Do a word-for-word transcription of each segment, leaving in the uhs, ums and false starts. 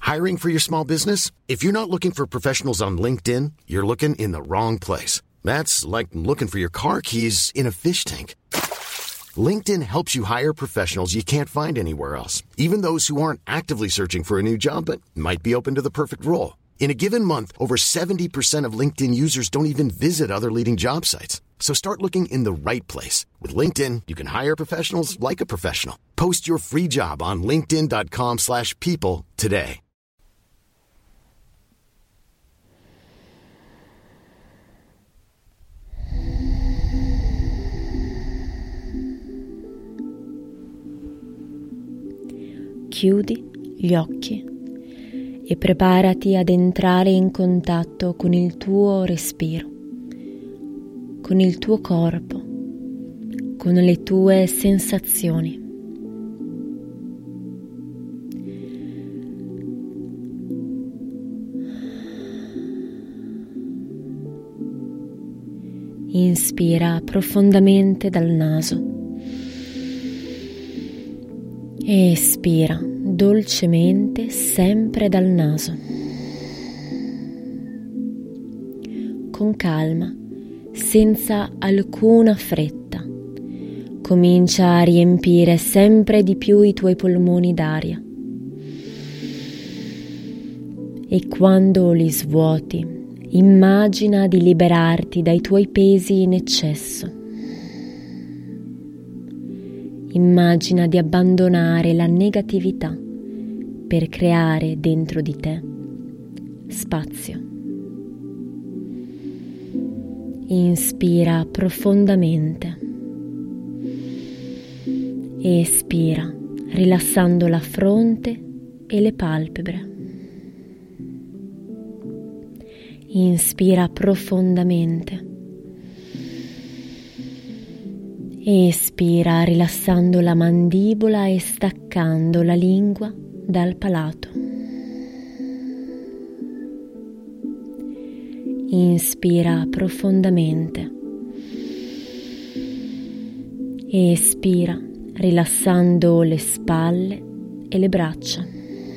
Hiring for your small business? If you're not looking for professionals on LinkedIn, you're looking in the wrong place. That's like looking for your car keys in a fish tank. LinkedIn helps you hire professionals you can't find anywhere else, even those who aren't actively searching for a new job but might be open to the perfect role. In a given month, over seventy percent of LinkedIn users don't even visit other leading job sites. So start looking in the right place. With LinkedIn, you can hire professionals like a professional. Post your free job on linkedin.com slash people today. Chiudi gli occhi e preparati ad entrare in contatto con il tuo respiro, con il tuo corpo, con le tue sensazioni. Inspira profondamente dal naso. Espira dolcemente sempre dal naso. Con calma, senza alcuna fretta, comincia a riempire sempre di più i tuoi polmoni d'aria. E quando li svuoti, immagina di liberarti dai tuoi pesi in eccesso. Immagina di abbandonare la negatività per creare dentro di te spazio. Inspira profondamente. Espira, rilassando la fronte e le palpebre. Inspira profondamente. Espira rilassando la mandibola e staccando la lingua dal palato. Inspira profondamente. Espira rilassando le spalle e le braccia.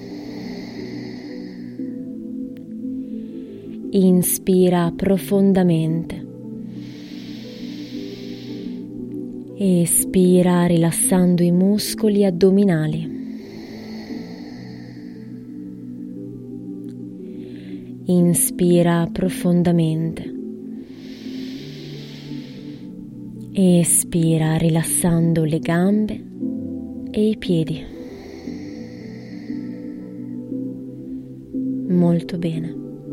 Inspira profondamente. Espira rilassando i muscoli addominali. Inspira profondamente. Espira rilassando le gambe e i piedi. Molto bene.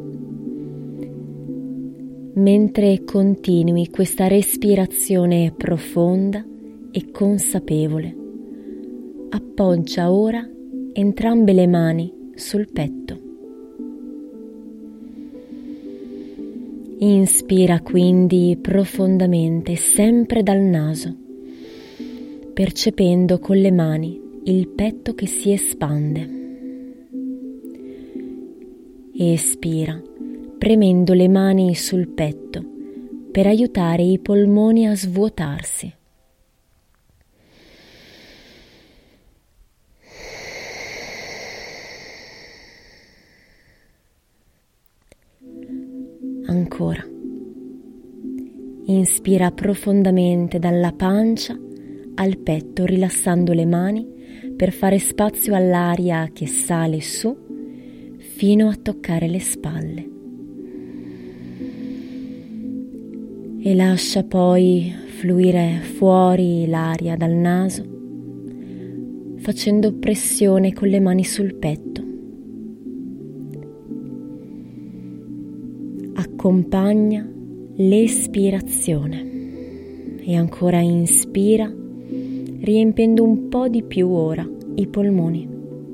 Mentre continui questa respirazione profonda e consapevole, appoggia ora entrambe le mani sul petto. Inspira quindi profondamente sempre dal naso, percependo con le mani il petto che si espande. Espira, premendo le mani sul petto per aiutare i polmoni a svuotarsi. Ancora. Inspira profondamente dalla pancia al petto, rilassando le mani per fare spazio all'aria che sale su fino a toccare le spalle. E lascia poi fluire fuori l'aria dal naso, facendo pressione con le mani sul petto. Accompagna l'espirazione e ancora inspira, riempiendo un po' di più ora i polmoni.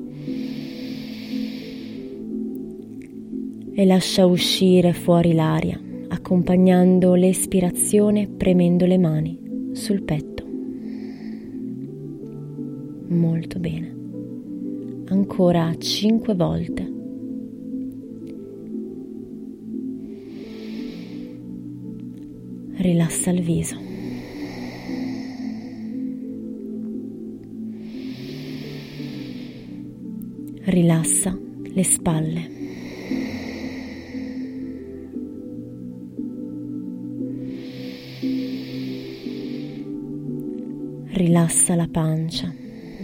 E lascia uscire fuori l'aria, accompagnando l'espirazione premendo le mani sul petto. Molto bene. Ancora cinque volte. Rilassa il viso. Rilassa le spalle. Rilassa la pancia.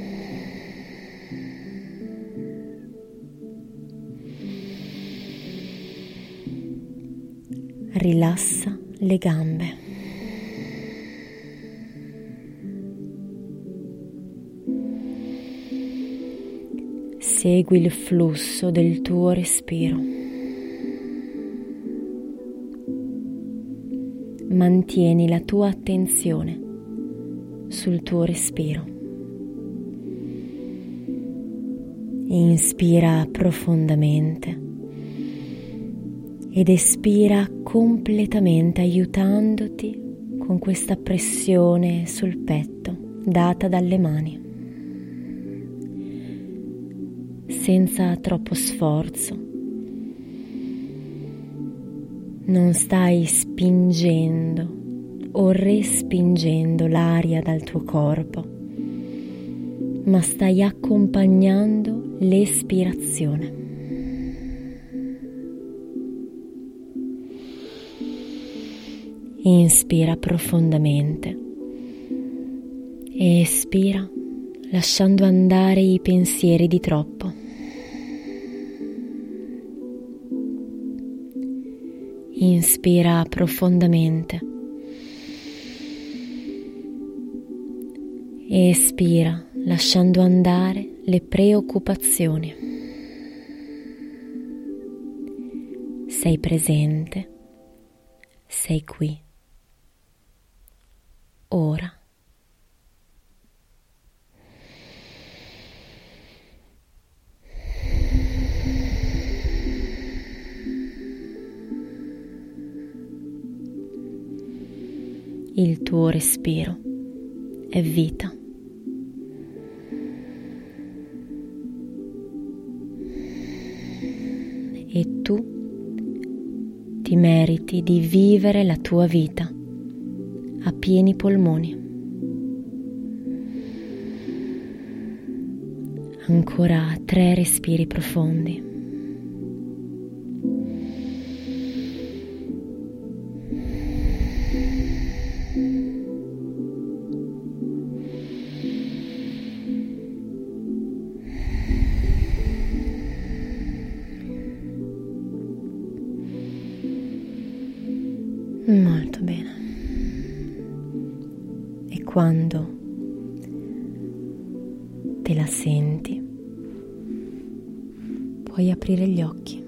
Rilassa le gambe. Segui il flusso del tuo respiro. Mantieni la tua attenzione sul tuo respiro. Inspira profondamente ed espira completamente, aiutandoti con questa pressione sul petto data dalle mani. Senza troppo sforzo. Non stai spingendo o respingendo l'aria dal tuo corpo, ma stai accompagnando l'espirazione. Inspira profondamente e espira lasciando andare i pensieri di troppo. Inspira profondamente. Espira lasciando andare le preoccupazioni. Sei presente, sei qui, ora. Il tuo respiro è vita. E tu ti meriti di vivere la tua vita a pieni polmoni. Ancora tre respiri profondi. Molto bene. E quando te la senti, puoi aprire gli occhi.